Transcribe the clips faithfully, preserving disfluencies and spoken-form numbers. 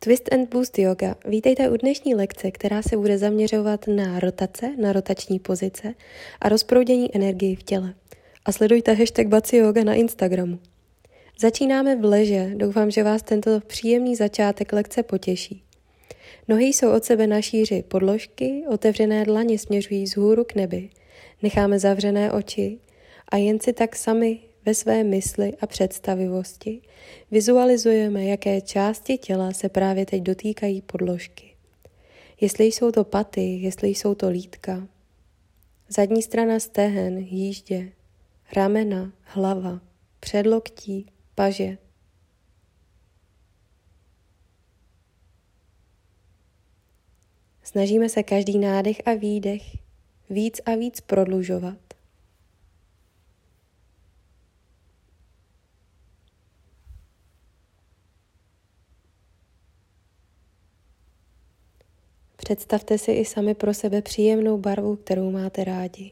Twist and Boost Yoga. Vítejte u dnešní lekce, která se bude zaměřovat na rotace, na rotační pozice a rozproudění energii v těle. A sledujte hashtag Baci Yoga na Instagramu. Začínáme v leže, doufám, že vás tento příjemný začátek lekce potěší. Nohy jsou od sebe na šíři podložky, otevřené dlaně směřují vzhůru k nebi. Necháme zavřené oči a jen si tak sami ve své mysli a představivosti vizualizujeme, jaké části těla se právě teď dotýkají podložky. Jestli jsou to paty, jestli jsou to lítka, zadní strana stehen, jíždě, ramena, hlava, předloktí, paže. Snažíme se každý nádech a výdech víc a víc prodlužovat. Představte si i sami pro sebe příjemnou barvu, kterou máte rádi.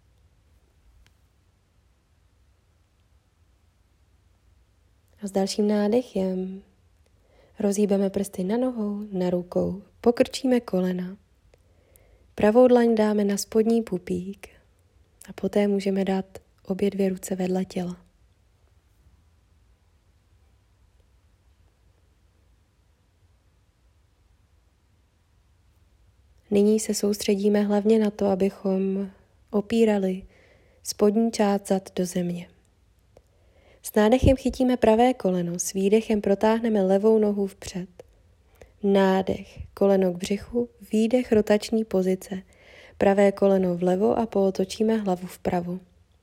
A s dalším nádechem rozhýbeme prsty na nohou, na rukou, pokrčíme kolena. Pravou dlaň dáme na spodní pupík a poté můžeme dát obě dvě ruce vedle těla. Nyní se soustředíme hlavně na to, abychom opírali spodní část zad do země. S nádechem chytíme pravé koleno, s výdechem protáhneme levou nohu vpřed. Nádech, koleno k břichu, výdech rotační pozice, pravé koleno vlevo a pootočíme hlavu vpravo.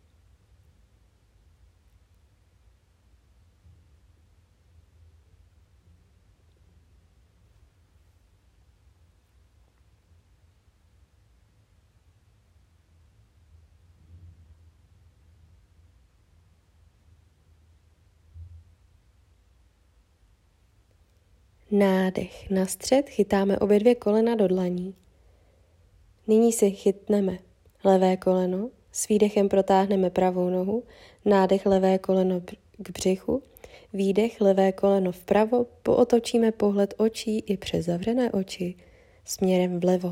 Nádech na střed, chytáme obě dvě kolena do dlaní. Nyní si chytneme levé koleno, s výdechem protáhneme pravou nohu, nádech levé koleno k břichu, výdech levé koleno vpravo, pootočíme pohled očí i přes zavřené oči směrem vlevo.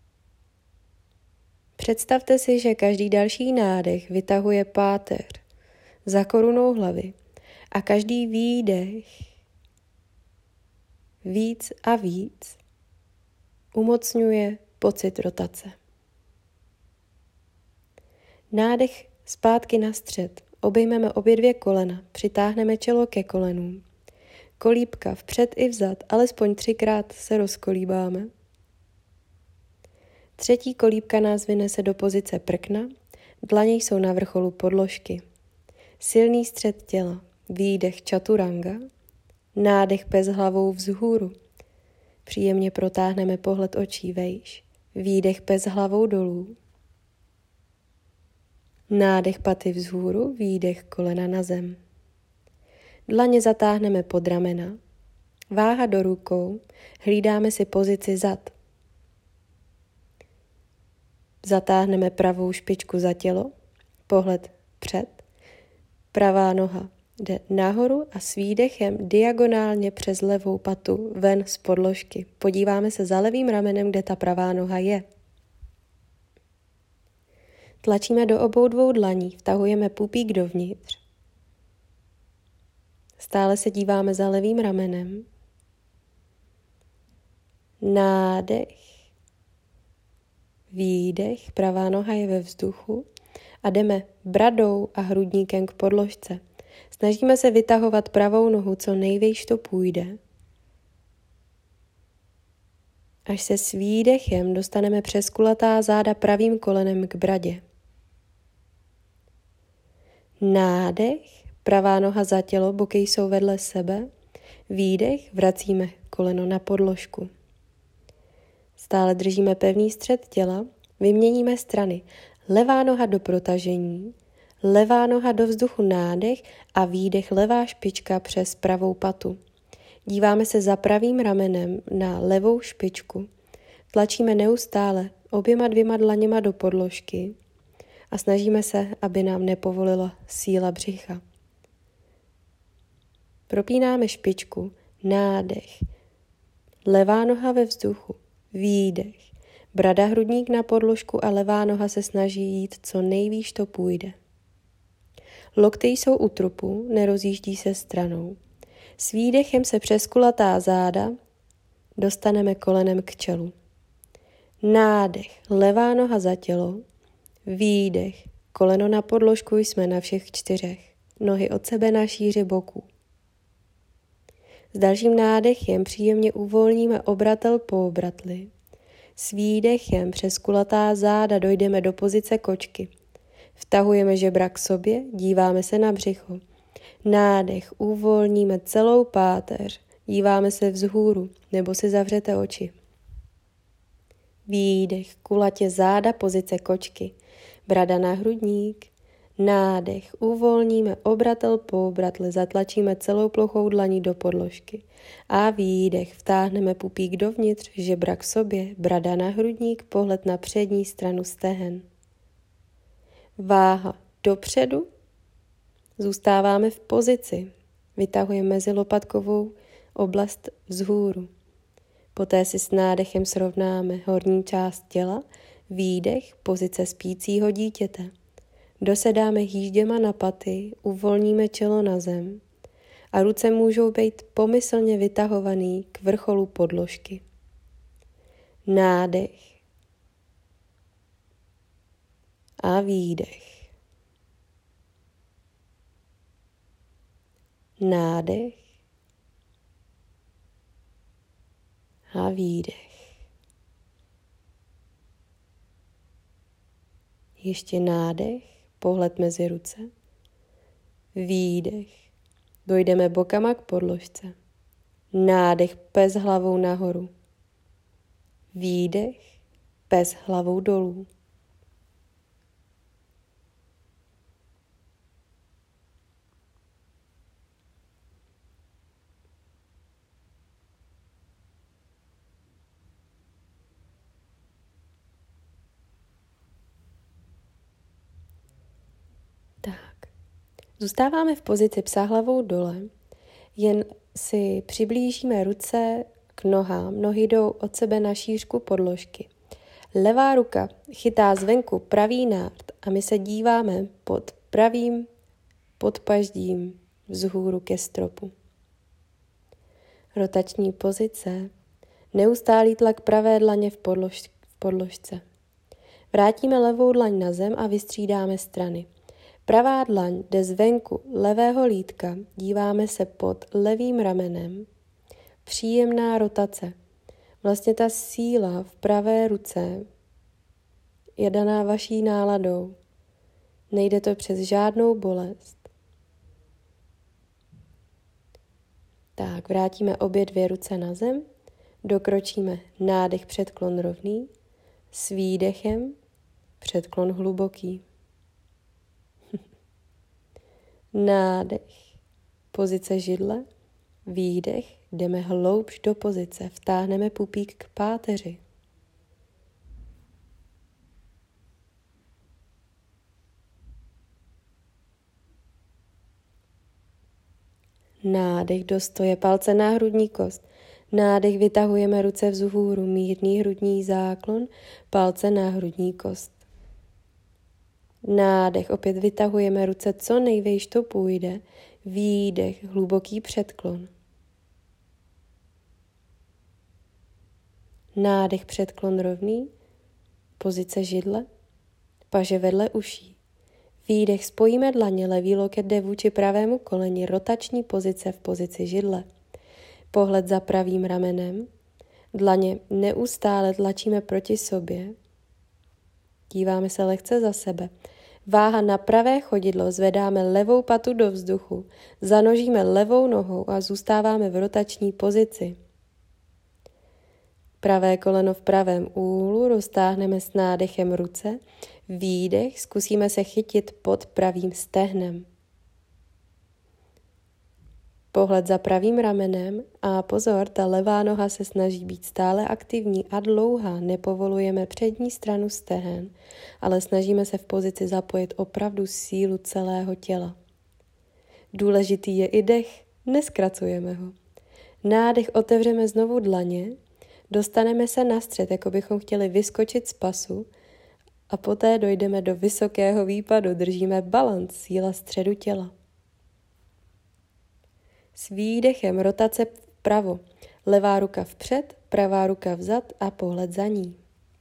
Představte si, že každý další nádech vytahuje páteř za korunou hlavy a každý výdech víc a víc umocňuje pocit rotace. Nádech zpátky na střed, obejmeme obě dvě kolena, přitáhneme čelo ke kolenům. Kolíbka vpřed i vzad, alespoň třikrát se rozkolíbáme. Třetí kolíbka nás vynese do pozice prkna, dlaně jsou na vrcholu podložky. Silný střed těla, výdech čaturanga, nádech pes hlavou vzhůru. Příjemně protáhneme pohled očí vejš. Výdech pes hlavou dolů. Nádech paty vzhůru, výdech kolena na zem. Dlaně zatáhneme pod ramena. Váha do rukou. Hlídáme si pozici zad. Zatáhneme pravou špičku za tělo. Pohled před. Pravá noha jde nahoru a s výdechem diagonálně přes levou patu ven z podložky. Podíváme se za levým ramenem, kde ta pravá noha je. Tlačíme do obou dvou dlaní, vtahujeme pupík dovnitř. Stále se díváme za levým ramenem. Nádech, výdech, pravá noha je ve vzduchu a jdeme bradou a hrudníkem k podložce. Snažíme se vytahovat pravou nohu, co nejvejš to půjde. Až se s výdechem dostaneme přes kulatá záda pravým kolenem k bradě. Nádech, pravá noha za tělo, boky jsou vedle sebe. Výdech, vracíme koleno na podložku. Stále držíme pevný střed těla, vyměníme strany. Levá noha do protažení, levá noha do vzduchu nádech a výdech levá špička přes pravou patu. Díváme se za pravým ramenem na levou špičku. Tlačíme neustále oběma dvěma dlaněma do podložky a snažíme se, aby nám nepovolila síla břicha. Propínáme špičku, nádech, levá noha ve vzduchu, výdech, brada hrudník na podložku a levá noha se snaží jít co nejvýš to půjde. Lokty jsou u trupu, nerozjíždí se stranou. S výdechem se přes kulatá záda dostaneme kolenem k čelu. Nádech, levá noha za tělo, výdech, koleno na podložku, jsme na všech čtyřech, nohy od sebe na šíři boků. S dalším nádechem příjemně uvolníme obratel po obratli. S výdechem přes kulatá záda dojdeme do pozice kočky. Vtahujeme žebra k sobě, díváme se na břicho. Nádech, uvolníme celou páteř, díváme se vzhůru nebo si zavřete oči. Výdech, kulatě záda, pozice kočky, brada na hrudník. Nádech, uvolníme obratel po obratli, zatlačíme celou plochou dlaní do podložky. A výdech, vtáhneme pupík dovnitř, žebra k sobě, brada na hrudník, pohled na přední stranu stehen. Váha dopředu, zůstáváme v pozici, vytahujeme mezilopatkovou oblast vzhůru. Poté si s nádechem srovnáme horní část těla, výdech, pozice spícího dítěte. Dosedáme hýžděma na paty, uvolníme čelo na zem a ruce můžou být pomyslně vytahovaný k vrcholu podložky. Nádech a výdech. Nádech a výdech. Ještě nádech, pohled mezi ruce. Výdech. Dojdeme bokama k podložce. Nádech, pes hlavou nahoru. Výdech, pes hlavou dolů. Tak, zůstáváme v pozici psa hlavou dole, jen si přiblížíme ruce k nohám, nohy jdou od sebe na šířku podložky. Levá ruka chytá zvenku pravý nárt a my se díváme pod pravým podpaždím vzhůru ke stropu. Rotační pozice, neustálý tlak pravé dlaně v, podlož, v podložce. Vrátíme levou dlaň na zem a vystřídáme strany. Pravá dlaň jde zvenku levého lítka, díváme se pod levým ramenem. Příjemná rotace. Vlastně ta síla v pravé ruce je daná vaší náladou. Nejde to přes žádnou bolest. Tak, vrátíme obě dvě ruce na zem, dokročíme nádech, předklon rovný, s výdechem předklon hluboký. Nádech, pozice židle, výdech, jdeme hloubš do pozice, vtáhneme pupík k páteři. Nádech do stoje, palce na hrudní kost. Nádech, vytahujeme ruce vzhůru, mírný hrudní záklon, palce na hrudní kost. Nádech, opět vytahujeme ruce, co nejvejš to půjde. Výdech, hluboký předklon. Nádech, předklon rovný, pozice židle, paže vedle uší. Výdech, spojíme dlaně, levý loket jde vůči pravému koleni, rotační pozice v pozici židle. Pohled za pravým ramenem, dlaně neustále tlačíme proti sobě, díváme se lehce za sebe. Váha na pravé chodidlo, zvedáme levou patu do vzduchu, zanožíme levou nohou a zůstáváme v rotační pozici. Pravé koleno v pravém úhlu, roztáhneme s nádechem ruce, výdech, zkusíme se chytit pod pravým stehnem. Pohled za pravým ramenem a pozor, ta levá noha se snaží být stále aktivní a dlouhá, nepovolujeme přední stranu stehen, ale snažíme se v pozici zapojit opravdu sílu celého těla. Důležitý je i dech, neskracujeme ho. Nádech, otevřeme znovu dlaně, dostaneme se na střed, jako bychom chtěli vyskočit z pasu a poté dojdeme do vysokého výpadu, držíme balanc, síla středu těla. S výdechem rotace vpravo, levá ruka vpřed, pravá ruka vzad a pohled za ní.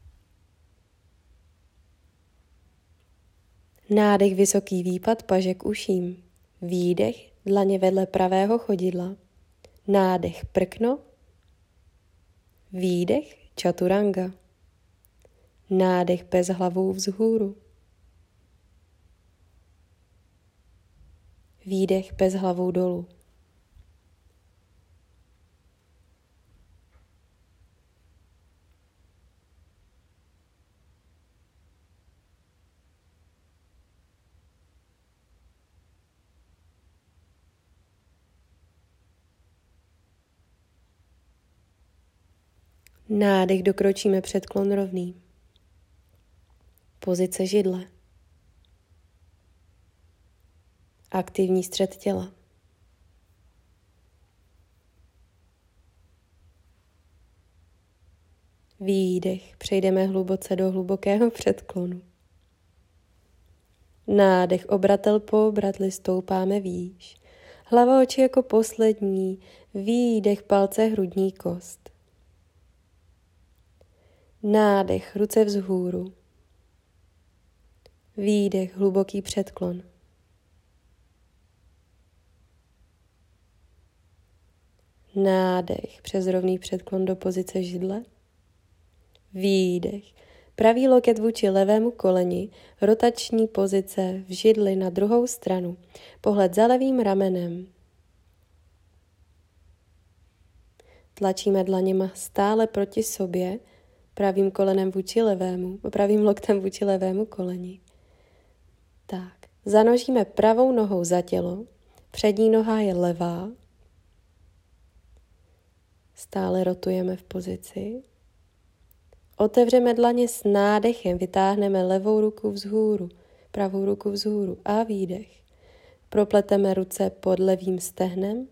Nádech, vysoký výpad, paže k uším. Výdech, dlaně vedle pravého chodidla. Nádech, prkno. Výdech, čaturanga. Nádech bez hlavou vzhůru. Výdech bez hlavou dolů. Nádech, dokročíme před klon rovný. Pozice židle. Aktivní střed těla. Výdech, přejdeme hluboce do hlubokého předklonu. Nádech, obratel po obratli, stoupáme výš. Hlava, oči jako poslední, výdech, palce, hrudní kost. Nádech, ruce vzhůru. Výdech, hluboký předklon. Nádech, přes rovný předklon do pozice židle. Výdech, pravý loket vůči levému koleni, rotační pozice v židli na druhou stranu, pohled za levým ramenem. Tlačíme dlaněma stále proti sobě, pravým kolenem vůči levému, pravým loktem vůči levému koleni. Tak, zanožíme pravou nohou za tělo, přední noha je levá, stále rotujeme v pozici. Otevřeme dlaně s nádechem, vytáhneme levou ruku vzhůru, pravou ruku vzhůru a výdech. Propleteme ruce pod levým stehnem.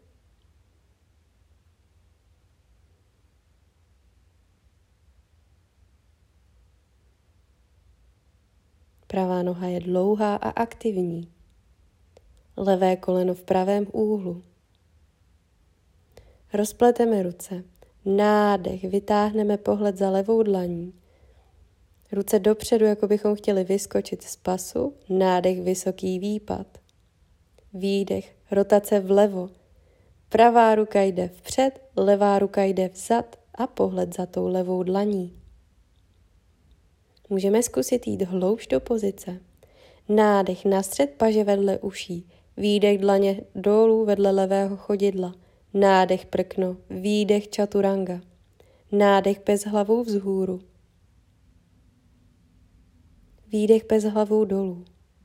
Pravá noha je dlouhá a aktivní. Levé koleno v pravém úhlu. Rozpleteme ruce. Nádech, vytáhneme pohled za levou dlaní. Ruce dopředu, jako bychom chtěli vyskočit z pasu. Nádech, vysoký výpad. Výdech, rotace vlevo. Pravá ruka jde vpřed, levá ruka jde vzad a pohled za tou levou dlaní. Můžeme zkusit jít hloubš do pozice. Nádech na střed paže vedle uší. Výdech dlaně dolů vedle levého chodidla. Nádech prkno. Výdech čaturanga. Nádech bez hlavou vzhůru. Výdech bez hlavou dolů.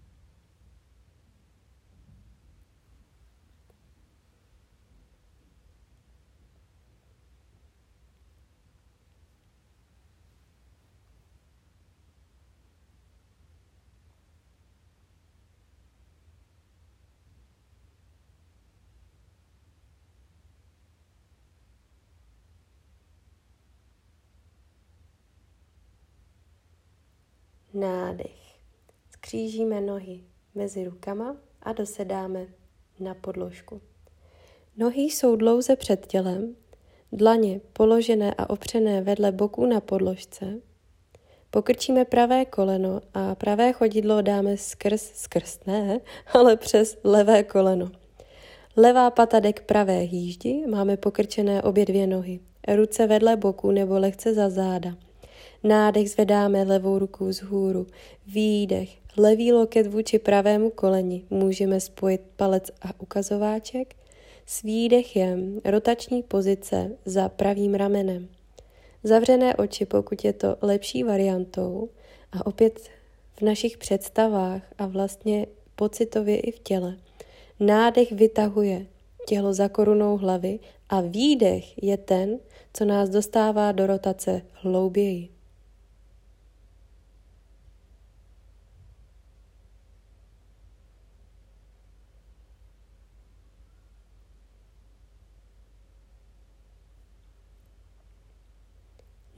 Nádech. Skřížíme nohy mezi rukama a dosedáme na podložku. Nohy jsou dlouze před tělem, dlaně položené a opřené vedle boků na podložce. Pokrčíme pravé koleno a pravé chodidlo dáme skrz, skrz ne, ale přes levé koleno. Levá pata jde k pravé hýždi, máme pokrčené obě dvě nohy. Ruce vedle boku nebo lehce za záda. Nádech, zvedáme levou ruku vzhůru. Výdech, levý loket vůči pravému koleni. Můžeme spojit palec a ukazováček. S výdechem rotační pozice za pravým ramenem. Zavřené oči, pokud je to lepší variantou. A opět v našich představách a vlastně pocitově i v těle. Nádech vytahuje tělo za korunou hlavy a výdech je ten, co nás dostává do rotace hlouběji.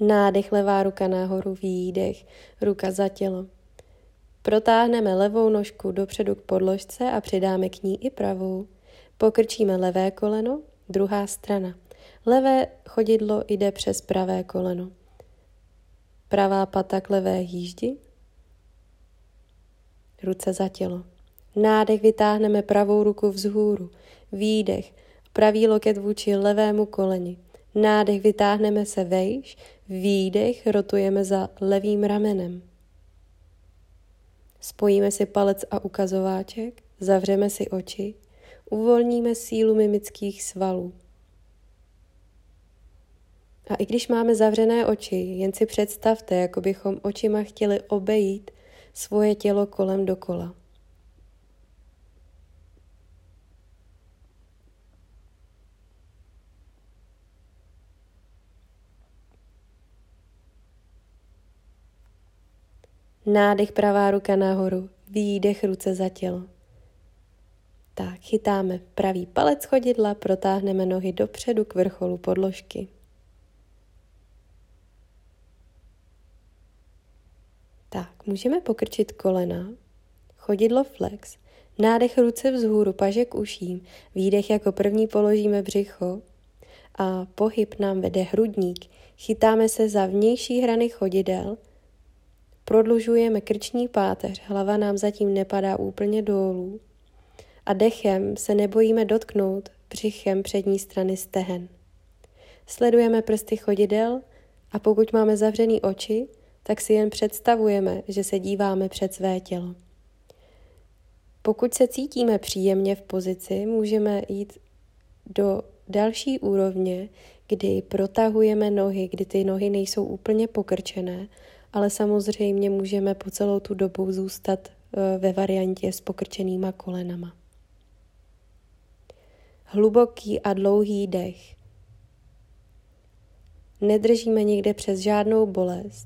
Nádech, levá ruka nahoru, výdech, ruka za tělo. Protáhneme levou nožku dopředu k podložce a přidáme k ní i pravou. Pokrčíme levé koleno, druhá strana. Levé chodidlo jde přes pravé koleno. Pravá pata k levé jíždi. Ruce za tělo. Nádech, vytáhneme pravou ruku vzhůru. Výdech, pravý loket vůči levému koleni. Nádech, vytáhneme se vejš. Výdech, rotujeme za levým ramenem. Spojíme si palec a ukazováček, zavřeme si oči, uvolníme sílu mimických svalů. A i když máme zavřené oči, jen si představte, jako bychom očima chtěli obejít svoje tělo kolem dokola. Nádech, pravá ruka nahoru, výdech, ruce za tělo. Tak, chytáme pravý palec chodidla, protáhneme nohy dopředu k vrcholu podložky. Tak, můžeme pokrčit kolena, chodidlo flex, nádech, ruce vzhůru, paže k uším, výdech, jako první položíme břicho a pohyb nám vede hrudník. Chytáme se za vnější hrany chodidel, prodlužujeme krční páteř, hlava nám zatím nepadá úplně dolů a dechem se nebojíme dotknout břichem přední strany stehen. Sledujeme prsty chodidel a pokud máme zavřený oči, tak si jen představujeme, že se díváme před své tělo. Pokud se cítíme příjemně v pozici, můžeme jít do další úrovně, kdy protahujeme nohy, kdy ty nohy nejsou úplně pokrčené, ale samozřejmě můžeme po celou tu dobu zůstat ve variantě s pokrčenýma kolenama. Hluboký a dlouhý dech. Nedržíme nikde přes žádnou bolest.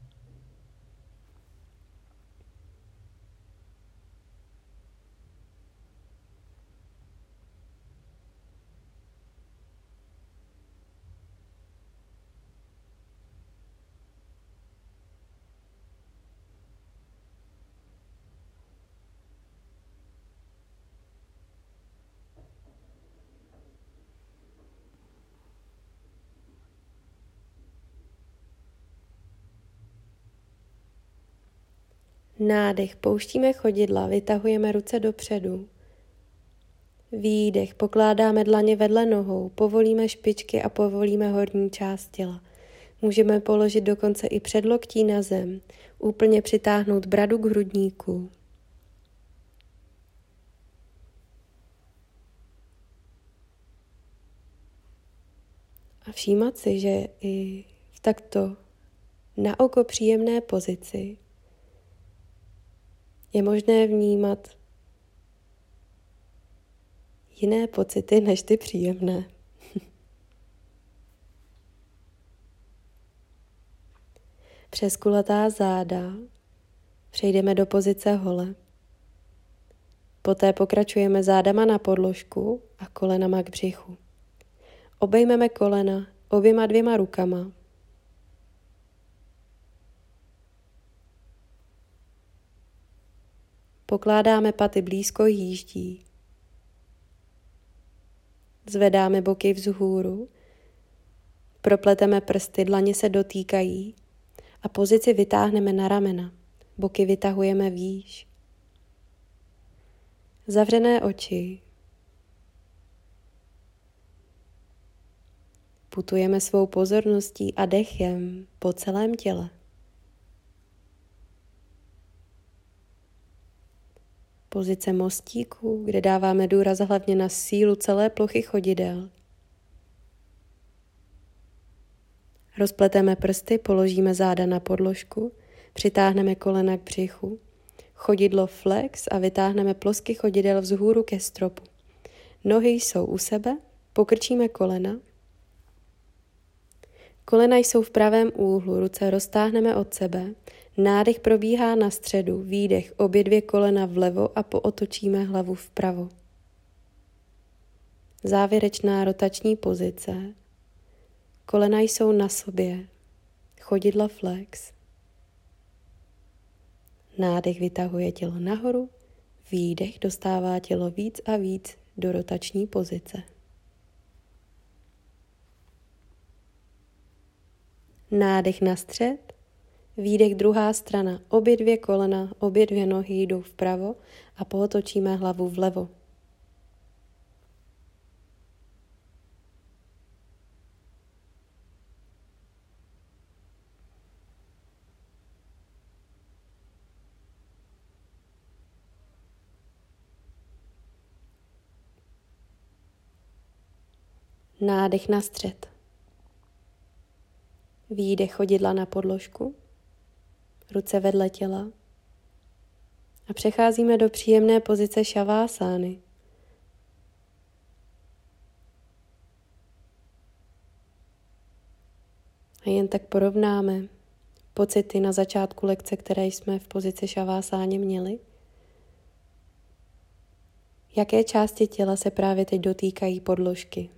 Nádech, pouštíme chodidla, vytahujeme ruce dopředu. Výdech, pokládáme dlaně vedle nohou, povolíme špičky a povolíme horní část těla. Můžeme položit dokonce i předloktí na zem, úplně přitáhnout bradu k hrudníku. A všímat si, že i v takto na oko příjemné pozici je možné vnímat jiné pocity než ty příjemné. Přes kulatá záda přejdeme do pozice hole. Poté pokračujeme zádama na podložku a kolenama k břichu. Obejmeme kolena oběma dvěma rukama. Pokládáme paty blízko jíždí. Zvedáme boky vzhůru. Propleteme prsty, dlaně se dotýkají a pozici vytáhneme na ramena. Boky vytahujeme výš. Zavřené oči. Putujeme svou pozorností a dechem po celém těle. Pozice mostíku, kde dáváme důraz hlavně na sílu celé plochy chodidel. Rozpleteme prsty, položíme záda na podložku, přitáhneme kolena k břichu, chodidlo flex a vytáhneme plosky chodidel vzhůru ke stropu. Nohy jsou u sebe, pokrčíme kolena. Kolena jsou v pravém úhlu, ruce roztáhneme od sebe. Nádech probíhá na středu, výdech obě dvě kolena vlevo a pootočíme hlavu vpravo. Závěrečná rotační pozice. Kolena jsou na sobě. chodidla flex. Nádech vytahuje tělo nahoru, výdech dostává tělo víc a víc do rotační pozice. Nádech na střed, výdech druhá strana, obě dvě kolena, obě dvě nohy jdou vpravo a pootočíme hlavu vlevo. Nádech na střed. Výdech chodidla na podložku, ruce vedle těla a přecházíme do příjemné pozice šavásány. A jen tak porovnáme pocity na začátku lekce, které jsme v pozici šavásáně měli. Jaké části těla se právě teď dotýkají podložky?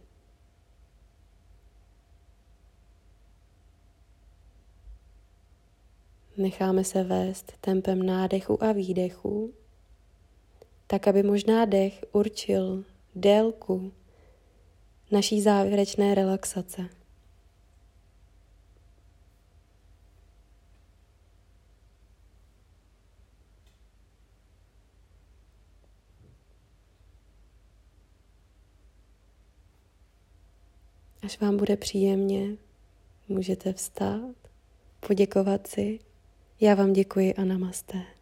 Necháme se vést tempem nádechu a výdechu, tak aby možná dech určil délku naší závěrečné relaxace. Až vám bude příjemně, můžete vstát, poděkovat si. Já vám děkuji a namaste.